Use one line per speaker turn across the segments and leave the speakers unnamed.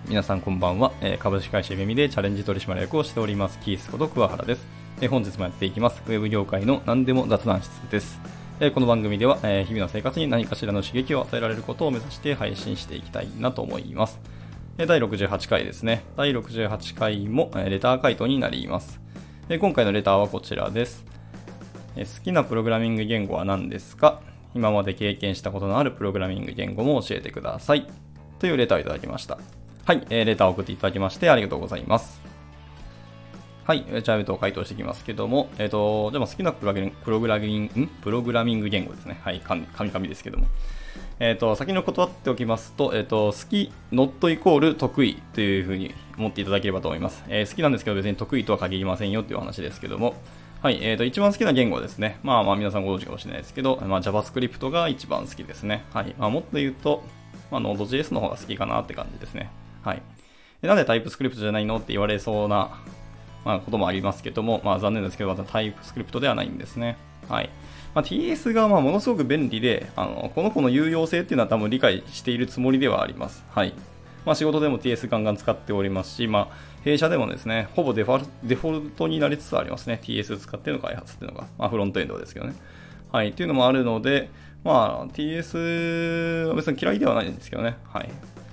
皆さんこんばんは。株式会社めみでチャレンジ取締役をしておりますキースこと桑原です。本日もやっていきますウェブ業界の何でも雑談室です。この番組では日々の生活に何かしらの刺激を与えられることを目指して配信していきたいなと思います。第68回ですね。第68回もレター回答になります。今回のレターはこちらです。好きなプログラミング言語は何ですか？今まで経験したことのあるプログラミング言語も教えてください。というレターをいただきました。はい、レターを送っていただきましてありがとうございます。はい、じゃあ回答していきますけども、じゃあ好きなプログラミング言語ですね。はい、神ですけども。先の断っておきますと、好き、not イコール得意というふうに思っていただければと思います。好きなんですけど別に得意とは限りませんよという話ですけども、はい、一番好きな言語はですね、皆さんご存知かもしれないですけど、JavaScript が一番好きですね。はい、もっと言うと、Node.js の方が好きかなって感じですね。はい。なんで TypeScript じゃないのって言われそうな、こともありますけども、残念ですけど、TypeScript ではないんですね。はい。TS がものすごく便利で、この子の有用性っていうのは多分理解しているつもりではあります。はい。仕事でも TS ガンガン使っておりますし、弊社でもですね、ほぼデフォルトになりつつありますね。TS 使っての開発っていうのが、フロントエンドですけどね。はい。っていうのもあるので、TS は別に嫌いではないんですけどね。はい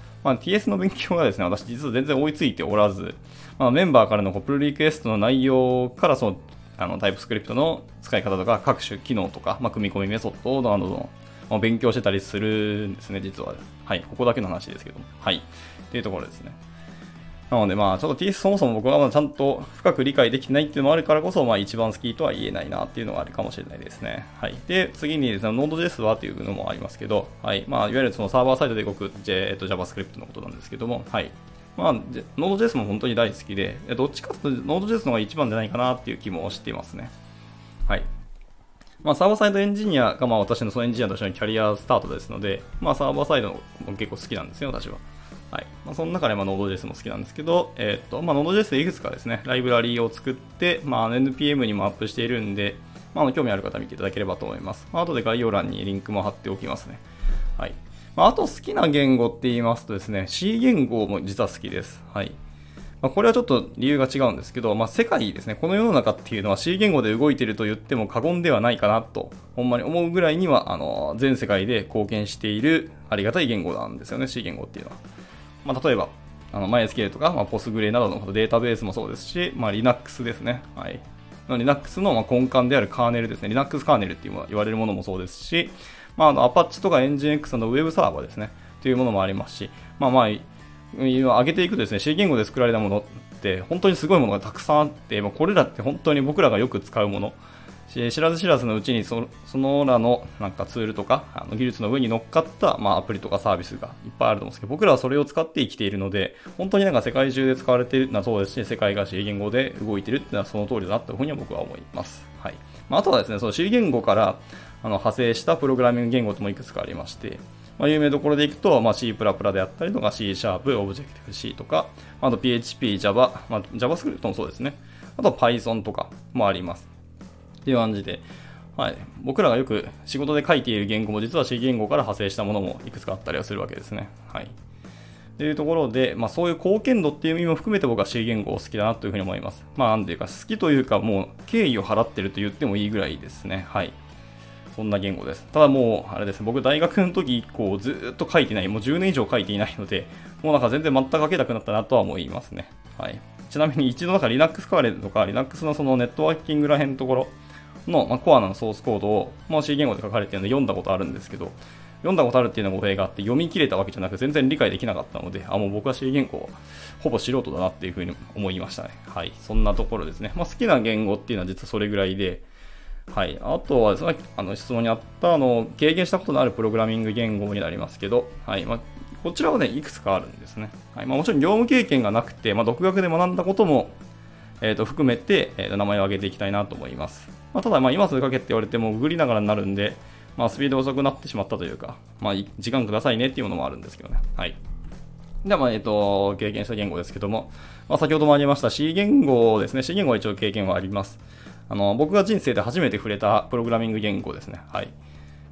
。TS の勉強がですね、私実は全然追いついておらず、メンバーからのプルリクエストの内容からタイプスクリプトの使い方とか各種機能とか、組み込みメソッドなどの勉強してたりするんですね、実は。はい、ここだけの話ですけども。はい。っていうところですね。なのでちょっと TS そもそも僕はちゃんと深く理解できてないっていうのもあるからこそ、一番好きとは言えないなっていうのがあるかもしれないですね。はい。で、次にですね、Node.js はっていうのもありますけど、はい。いわゆるそのサーバーサイドで動く、JavaScript のことなんですけども、はい。Node.js も本当に大好きで、どっちかというと Node.js の方が一番じゃないかなっていう気もしていますね。はい。サーバーサイドエンジニアが私のそのエンジニアとしてのキャリアスタートですので、サーバーサイドも結構好きなんですよ、私は。はい。その中でNode.js も好きなんですけど、Node.js でいくつかですね、ライブラリーを作って、NPM にもアップしているんで、興味ある方は見ていただければと思います。後で概要欄にリンクも貼っておきますね。はい。あと好きな言語って言いますとですね、C 言語も実は好きです。はい。これはちょっと理由が違うんですけど、世界ですね、この世の中っていうのは C 言語で動いていると言っても過言ではないかなと、ほんまに思うぐらいには、全世界で貢献しているありがたい言語なんですよね、C 言語っていうのは。例えば、MySQL とか、Postgre などのデータベースもそうですし、Linux ですね。はい。Linux の根幹であるカーネルですね。Linux カーネルって言われるものもそうですし、Apache とか NGINX の Web サーバーですね。というものもありますし、上げていくとですね、C 言語で作られたものって本当にすごいものがたくさんあって、これらって本当に僕らがよく使うもの、知らず知らずのうちにそのらのツールとか技術の上に乗っかったアプリとかサービスがいっぱいあると思うんですけど、僕らはそれを使って生きているので、本当に世界中で使われているのはそうですし、世界が C 言語で動いているっていうのはその通りだなというふうには僕は思います。はい。あとはですね、その C 言語から派生したプログラミング言語ともいくつかありまして、有名どころでいくと、C++ であったりとか C#、Objective-C とか、あと PHP、Java、JavaScript もそうですね。あと Python とかもあります。っていう感じで、はい、僕らがよく仕事で書いている言語も実は C 言語から派生したものもいくつかあったりはするわけですね。はい。というところで、そういう貢献度っていう意味も含めて僕は C 言語を好きだなというふうに思います。なんていうか好きというかもう敬意を払ってると言ってもいいぐらいですね。はい。そんな言語です。ただもう、あれですね、僕大学の時以降ずっと書いてない、もう10年以上書いていないので、もう全然全く書けなくなったなとは思いますね。はい。ちなみに一度Linux カーネルとか Linux のそのネットワーキングら辺のところの、コアなソースコードを、C 言語で書かれているので読んだことあるんですけど、読んだことあるっていうのが語弊があって読み切れたわけじゃなく全然理解できなかったので、もう僕は C 言語ほぼ素人だなっていうふうに思いましたね。はい。そんなところですね。好きな言語っていうのは実はそれぐらいで、はい。あとはですね、質問にあった経験したことのあるプログラミング言語になりますけど、はい。こちらはね、いくつかあるんですね。はい。もちろん業務経験がなくて、独学で学んだことも、含めて、名前を挙げていきたいなと思います。ただ、今すぐ書けって言われても、ググりながらになるんで、スピード遅くなってしまったというか、時間くださいねっていうものもあるんですけどね。はい。では、経験した言語ですけども、先ほども挙げました C 言語ですね。C 言語は一応経験はあります。僕が人生で初めて触れたプログラミング言語ですね。はい。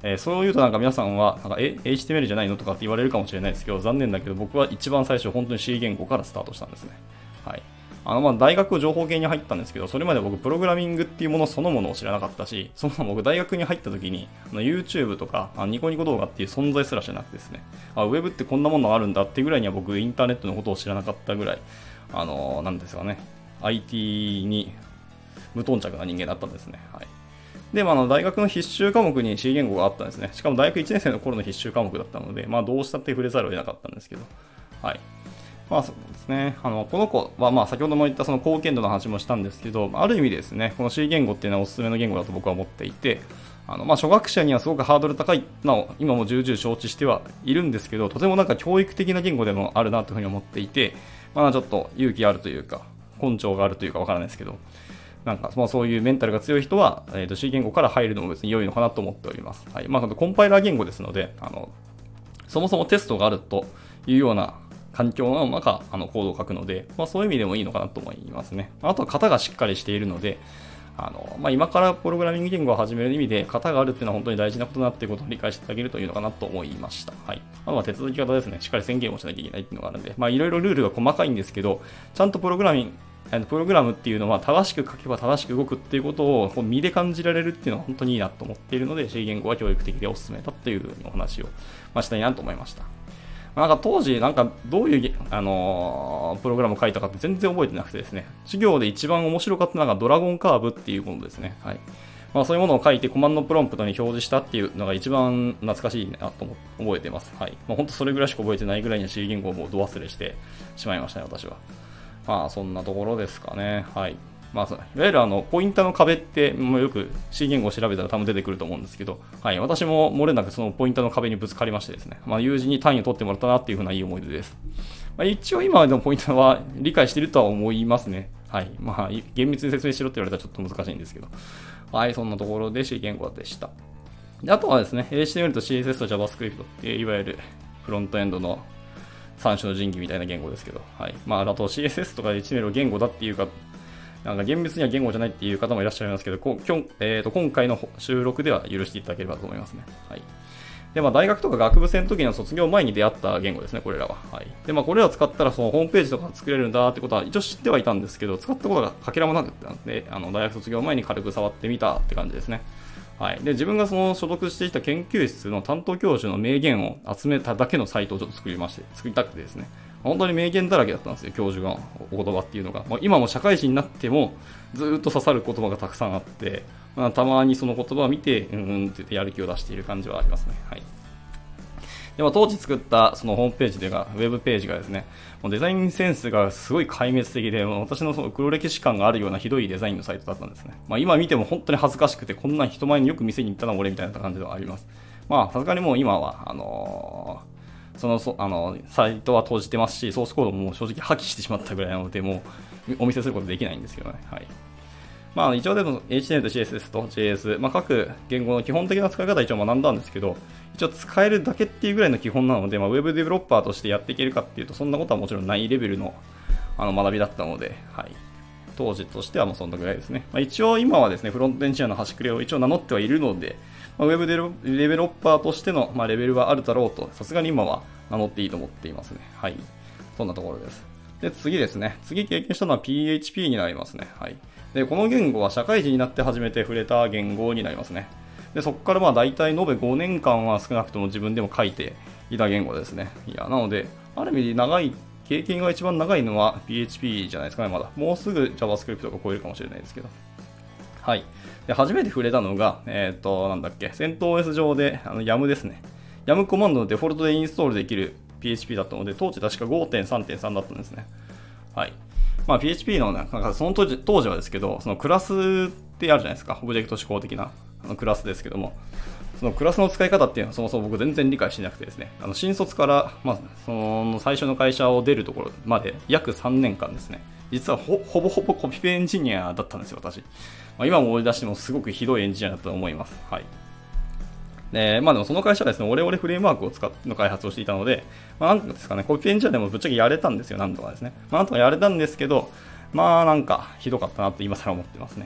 そう言うとなんか皆さんは、なんかHTML じゃないのとかって言われるかもしれないですけど、残念だけど僕は一番最初本当に C 言語からスタートしたんですね。はい。大学情報系に入ったんですけど、それまで僕プログラミングっていうものそのものを知らなかったし、そもそも僕大学に入った時に、YouTube とかニコニコ動画っていう存在すら知らなくてですね、ウェブってこんなものあるんだっていうぐらいには僕インターネットのことを知らなかったぐらい、なんですかね、IT に無頓着な人間だったんですね。はい。で、大学の必修科目に C 言語があったんですね。しかも大学1年生の頃の必修科目だったので、どうしたって触れざるを得なかったんですけど、はい。そうですね。この子は、先ほども言ったその貢献度の話もしたんですけど、ある意味ですね、この C 言語っていうのはおすすめの言語だと僕は思っていて、初学者にはすごくハードル高いのを今も重々承知してはいるんですけど、とてもなんか教育的な言語でもあるなというふうに思っていて、ちょっと勇気あるというか、根性があるというかわからないですけど、なんかそういうメンタルが強い人は、C 言語から入るのも別に良いのかなと思っております。はい。コンパイラー言語ですので、そもそもテストがあるというような環境の中、コードを書くので、そういう意味でもいいのかなと思いますね。あとは型がしっかりしているので、今からプログラミング言語を始める意味で、型があるっていうのは本当に大事なことだっていうことを理解していただけるといいのかなと思いました。はい。手続き方ですね。しっかり宣言をしなきゃいけないっていうのがあるので、いろいろルールが細かいんですけど、ちゃんとプログラムっていうのは正しく書けば正しく動くっていうことを身で感じられるっていうのは本当にいいなと思っているので、C 言語は教育的でおすすめだっていうお話をしたいなと思いました。なんか当時、どういう、プログラムを書いたかって全然覚えてなくてですね、授業で一番面白かったのがドラゴンカーブっていうものですね。はい。そういうものを書いてコマンドプロンプトに表示したっていうのが一番懐かしいなと覚えています。はい。本当それぐらいしか覚えてないぐらいに C 言語をもうど忘れしてしまいましたね、私は。そんなところですかね。はい。いわゆるポインターの壁って、もうよく C 言語を調べたら多分出てくると思うんですけど、はい。私も漏れなくそのポインターの壁にぶつかりましてですね、友人に単位を取ってもらったなっていう風ないい思い出です。一応今でもポインターは理解しているとは思いますね。はい。厳密に説明しろって言われたらちょっと難しいんですけど。はい。そんなところで C 言語でした。であとはですね、HTML と CSS と JavaScript っていういわゆるフロントエンドの三種の神器みたいな言語ですけど、はい。あと CSS とか HTML を言語だっていうか、厳密には言語じゃないっていう方もいらっしゃいますけど、今回の収録では許していただければと思いますね。はい。で、大学とか学部生の時の卒業前に出会った言語ですね、これらは。はい。で、これらを使ったらそのホームページとか作れるんだってことは一応知ってはいたんですけど、使ったことがかけらもなかったので、大学卒業前に軽く触ってみたって感じですね。はい。で、自分がその所属していた研究室の担当教授の名言を集めただけのサイトをちょっと作りたくてですね。本当に名言だらけだったんですよ、教授がお言葉っていうのが。今も社会人になってもずっと刺さる言葉がたくさんあって、たまにその言葉を見て、って言ってやる気を出している感じはありますね。はい。で当時作ったそのホームページウェブページがですね、もうデザインセンスがすごい壊滅的で、私のその黒歴史感があるようなひどいデザインのサイトだったんですね。今見ても本当に恥ずかしくて、こんな人前によく店に行ったな俺みたいな感じではあります。さすがにもう今は、サイトは閉じてますし、ソースコードももう正直破棄してしまったぐらいなので、もうお見せすることできないんですけどね。はい。一応でも HTML と CSS と JS、各言語の基本的な使い方は一応学んだんですけど、一応使えるだけっていうぐらいの基本なので、ウェブデベロッパーとしてやっていけるかっていうと、そんなことはもちろんないレベルの学びだったので、はい。当時としてはもうそんなぐらいですね。一応今はですね、フロントエンジニアの端くれを一応名乗ってはいるので、ウェブデベロッパーとしての、レベルはあるだろうと、さすがに今は名乗っていいと思っていますね。はい。そんなところです。で、次ですね。次経験したのは PHP になりますね。はい。で、この言語は社会人になって初めて触れた言語になりますね。で、そこから大体延べ5年間は少なくとも自分でも書いていた言語ですね。なので、ある意味経験が一番長いのは PHP じゃないですかね、まだ。もうすぐ JavaScript が超えるかもしれないですけど。はい。で、初めて触れたのが、CentOS 上で、YAM ですね。YAM コマンドのデフォルトでインストールできる PHP だったので、当時確か 5.3.3 だったんですね。はい。PHP の、その当時はですけど、そのクラスってあるじゃないですか。オブジェクト指向的なクラスですけども、そのクラスの使い方っていうのはそもそも僕全然理解してなくてですね、新卒から、その最初の会社を出るところまで約3年間ですね、実はほぼほぼコピペエンジニアだったんですよ、私。今も思い出してもすごくひどいエンジニアだと思います。はい。でもその会社はですね、オレオレフレームワークを使っての開発をしていたので、なんですかね、コピペエンジニアでもぶっちゃけやれたんですよ、なんとかですね。なんとかやれたんですけど、なんかひどかったなって今更思ってますね。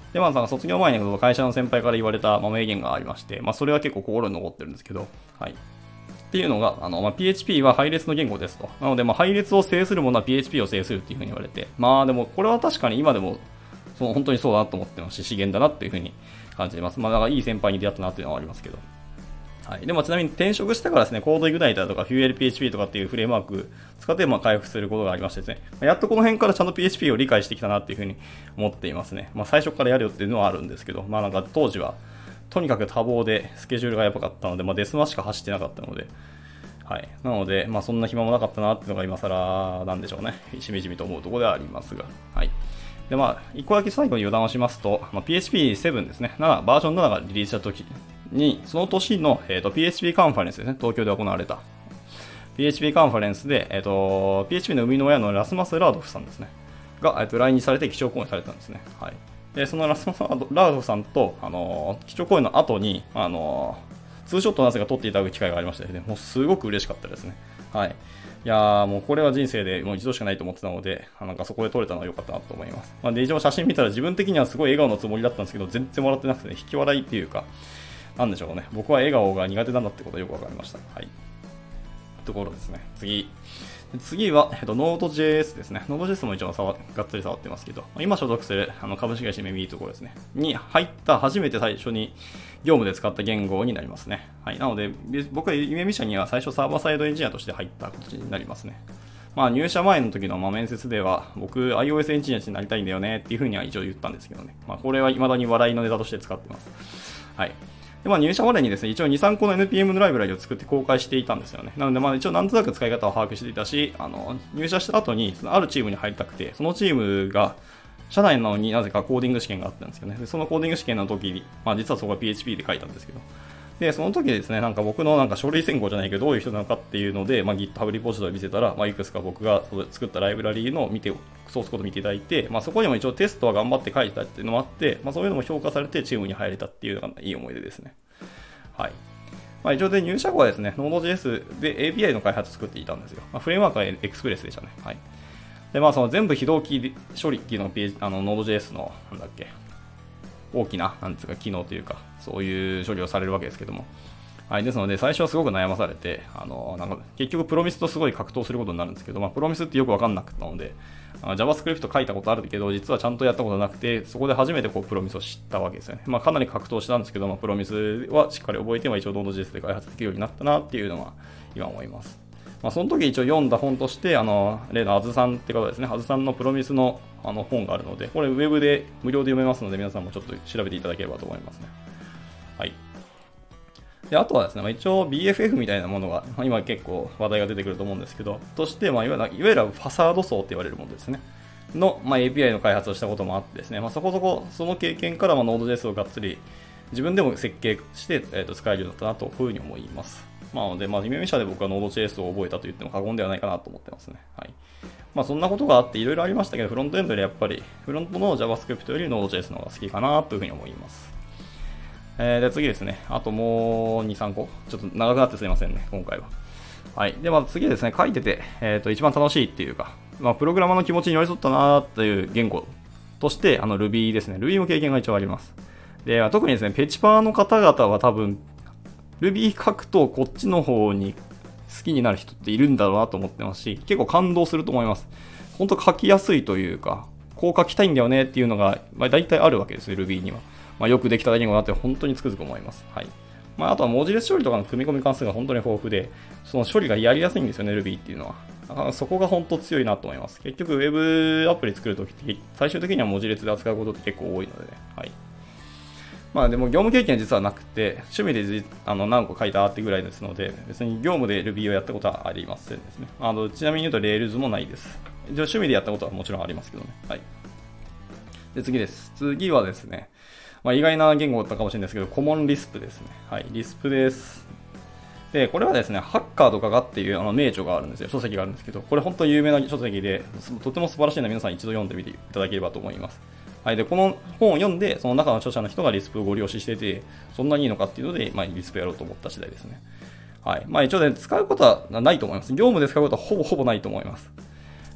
で、まあ、卒業前に会社の先輩から言われた名言がありまして、まあ、それは結構心に残ってるんですけど、はい。っていうのが、PHP は配列の言語ですと。なので、配列を制するものは PHP を制するっていうふうに言われて、まあでも、これは確かに今でも、本当にそうだなと思ってますし、資源だなっていうふうに感じてます。まあ、だからいい先輩に出会ったなっていうのはありますけど。はい。でもちなみに転職してからですね、コードイグナイターとか FuelPHP とかっていうフレームワーク使って回復することがありましてですね、やっとこの辺からちゃんと PHP を理解してきたなっていうふうに思っていますね。最初からやるよっていうのはあるんですけど、なんか当時はとにかく多忙でスケジュールがやばかったので、デスマしか走ってなかったので、はい。なので、そんな暇もなかったなっていうのが今更なんでしょうね。しみじみと思うところではありますが。はい。で、一個だけ最後に余談をしますと、PHP7 ですね。バージョン7がリリースした時に、その年の、PHP カンファレンスですね。東京で行われた。PHP カンファレンスで、PHP の生みの親のラスマス・ラードフさんですね。が、来日されて基調講演されたんですね。はい。で、そのラスマス・ラードフさんと、基調講演の後に、ツーショットをなぜか撮っていただく機会がありまして、ね、もうすごく嬉しかったですね。はい。いやー、もうこれは人生でもう一度しかないと思ってたので、なんかそこで撮れたのは良かったなと思います。で、一応写真見たら自分的にはすごい笑顔のつもりだったんですけど、全然笑ってなくてね、引き笑いっていうか、なんでしょうね。僕は笑顔が苦手なんだってことがよくわかりました。はい。ところですね。次は、Node.js ですね。Node.js も一応がっつり触ってますけど、今所属する株式会社メミーところですね。に入った初めて最初に業務で使った言語になりますね。はい。なので、僕はメミ社には最初サーバーサイドエンジニアとして入った形になりますね。入社前の時の面接では、僕 iOS エンジニアになりたいんだよねっていうふうには一応言ったんですけどね。これは未だに笑いのネタとして使ってます。はい。で入社までにですね、一応2、3個の NPM のライブラリを作って公開していたんですよね。なので、一応なんとなく使い方を把握していたし、入社した後に、あるチームに入りたくて、そのチームが、社内なのになぜかコーディング試験があったんですよね。でそのコーディング試験の時に、実はそこは PHP で書いたんですけど、で、その時ですね、僕の書類選考じゃないけど、どういう人なのかっていうので、GitHub リポジトリを見せたら、いくつか僕が作ったライブラリのソースコード見ていただいて、そこにも一応テストは頑張って書いたっていうのもあって、そういうのも評価されてチームに入れたっていうのがいい思い出ですね。はい。一応で入社後はですね、Node.js で API の開発を作っていたんですよ。フレームワークは Express でしたね。はい。で、その全部非同期処理機のNode.js の、大きな、機能というか、そういう処理をされるわけですけども。はい。ですので、最初はすごく悩まされて、結局プロミスとすごい格闘することになるんですけど、プロミスってよくわかんなくったので、JavaScript 書いたことあるけど、実はちゃんとやったことなくて、そこで初めてプロミスを知ったわけですよね。かなり格闘したんですけど、プロミスはしっかり覚えて、一応 Node.js で開発できるようになったなっていうのは、今思います。その時一応読んだ本として、例のあずさんって方ですね、あずさんのプロミスの本があるので、これウェブで無料で読めますので、皆さんもちょっと調べていただければと思いますね。はい。で、あとはですね、一応 BFF みたいなものが、今結構話題が出てくると思うんですけど、として、いわゆるファサード層って言われるものですね。の、API の開発をしたこともあってですね、そこそこその経験からNode.js をがっつり自分でも設計して、使えるようになったなというふうに思います。なので、夢社で僕は Node.js を覚えたと言っても過言ではないかなと思ってますね。はい。そんなことがあっていろいろありましたけど、フロントエンドでやっぱり、フロントの JavaScript より Node.js の方が好きかなというふうに思います。で、次ですね。あともう2、3個。ちょっと長くなってすいませんね、今回は。はい。で、次ですね、書いてて、一番楽しいっていうか、プログラマーの気持ちに寄り添ったなーっていう言語として、Ruby ですね。Ruby も経験が一応あります。で、特にですね、ペチパーの方々は多分、Ruby 書くとこっちの方に好きになる人っているんだろうなと思ってますし、結構感動すると思います。本当書きやすいというか、こう書きたいんだよねっていうのが、大体あるわけですよ、Ruby には。よくできた言語だって本当につくづく思います。はい。あとは文字列処理とかの組み込み関数が本当に豊富で、その処理がやりやすいんですよね、Ruby っていうのは。だからそこが本当強いなと思います。結局 Web アプリ作るときって最終的には文字列で扱うことって結構多いのでね。はい。でも業務経験は実はなくて、趣味で何個書いたってぐらいですので、別に業務で Ruby をやったことはありませんですね。ちなみに言うと Rails もないです。趣味でやったことはもちろんありますけどね。はい。で、次です。次はですね、意外な言語だったかもしれないですけど、コモンリスプですね。はい、リスプです。で、これはですね、ハッカーとかがっていう名著があるんですよ。書籍があるんですけど、これ本当に有名な書籍で、とても素晴らしいので皆さん一度読んでみていただければと思います。はい、で、この本を読んで、その中の著者の人がリスプをご利用ししてて、そんなにいいのかっていうので、リスプやろうと思った次第ですね。はい。一応ね、使うことはないと思います。業務で使うことはほぼないと思います。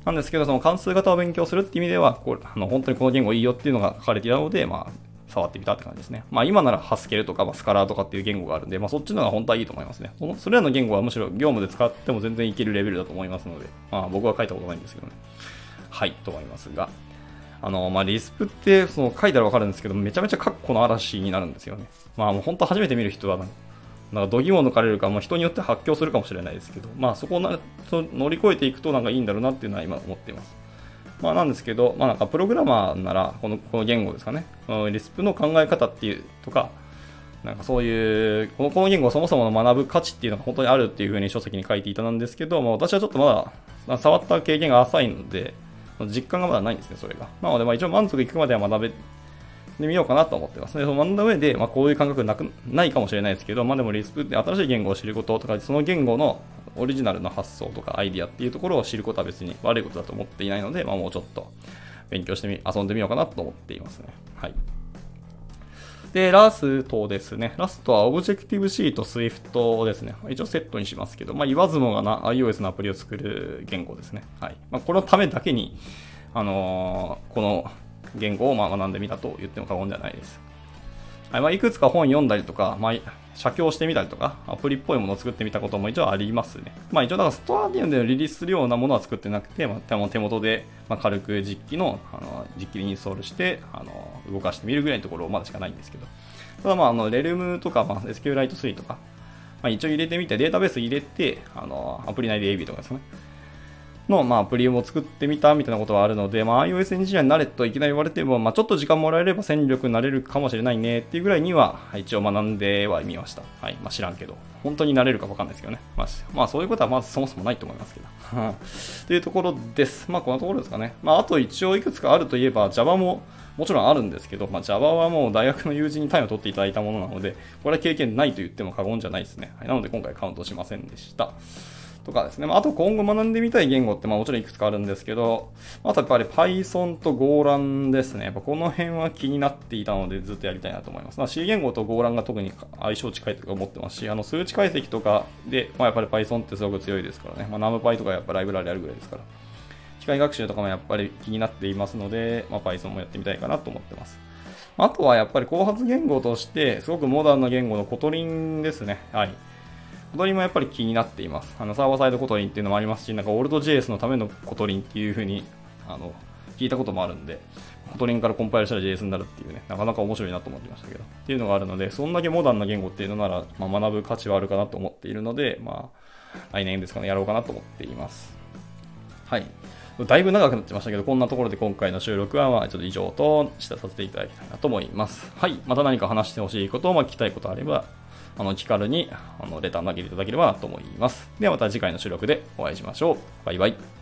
なんですけど、その関数型を勉強するっていう意味では、本当にこの言語いいよっていうのが書かれていたので、触ってみたって感じですね。今ならハスケルとかスカラーとかっていう言語があるんで、そっちの方が本当はいいと思いますね。それらの言語はむしろ業務で使っても全然いけるレベルだと思いますので、僕は書いたことないんですけどね。はい、と思いますが。リスプって書いたらわかるんですけど、めちゃめちゃカッコの嵐になるんですよね。もう本当初めて見る人はなんか度肝を抜かれるか、人によって発狂するかもしれないですけど、そこを乗り越えていくとなんかいいんだろうなっていうのは今思っています。なんですけど、なんかプログラマーならこの言語ですかね。リスプの考え方っていうとか、なんかそういう、この言語そもそもの学ぶ価値っていうのが本当にあるっていうふうに書籍に書いていたんですけど、私はちょっとまだ触った経験が浅いので、実感がまだないんですね、それが。なので、一応満足いくまでは学べてみようかなと思ってますね。学んだ上で、こういう感覚ないかもしれないですけど、でもリスプって新しい言語を知ることとか、その言語のオリジナルの発想とかアイディアっていうところを知ることは別に悪いことだと思っていないので、もうちょっと勉強して遊んでみようかなと思っていますね。はい。で、ラストですね。ラストは Objective-C と Swift ですね。一応セットにしますけど、言わずもがな iOS のアプリを作る言語ですね。はい。このためだけに、この言語を学んでみたと言っても過言ではないです。はい。いくつか本読んだりとか、写経してみたりとか、アプリっぽいものを作ってみたことも一応ありますね。一応だからストアでリリースするようなものは作ってなくて、手元で軽く実機にインストールして、動かしてみるぐらいのところまだしかないんですけど。ただレルムとか、SQLite3 とか、一応入れてみて、データベース入れて、アプリ内で AB とかですね。の、アプリを作ってみたみたいなことはあるので、iOS エンジニアになれといきなり言われても、ちょっと時間もらえれば戦力になれるかもしれないねっていうぐらいには、一応学んではみました。はい。知らんけど。本当になれるかわかんないですけどね。そういうことはまずそもそもないと思いますけど。というところです。こんなところですかね。あと一応いくつかあるといえば、Java ももちろんあるんですけど、Java はもう大学の友人に単位を取っていただいたものなので、これは経験ないと言っても過言じゃないですね。はい。なので今回カウントしませんでした。とかですね。あと今後学んでみたい言語ってもちろんいくつかあるんですけど、あとやっぱり Python と Golang ですね。この辺は気になっていたのでずっとやりたいなと思います。C 言語と Golang が特に相性近いとか思ってますし、数値解析とかで、やっぱり Python ってすごく強いですからね。NumPy とかやっぱライブラリあるぐらいですから。機械学習とかもやっぱり気になっていますので、Python もやってみたいかなと思ってます。あとはやっぱり後発言語としてすごくモダンな言語のコトリンですね。はい。コトリンもやっぱり気になっています。サーバーサイドコトリンっていうのもありますし、なんか Old.js のためのコトリンっていう風に、聞いたこともあるんで、コトリンからコンパイルしたら JS になるっていうね、なかなか面白いなと思ってましたけど、っていうのがあるので、そんだけモダンな言語っていうのなら、学ぶ価値はあるかなと思っているので、来年ですかね、やろうかなと思っています。はい。だいぶ長くなってましたけど、こんなところで今回の収録はちょっと以上とさせていただきたいなと思います。はい。また何か話してほしいことを、聞きたいことあれば、気軽にレター投げていただければなと思います。ではまた次回の収録でお会いしましょう。バイバイ。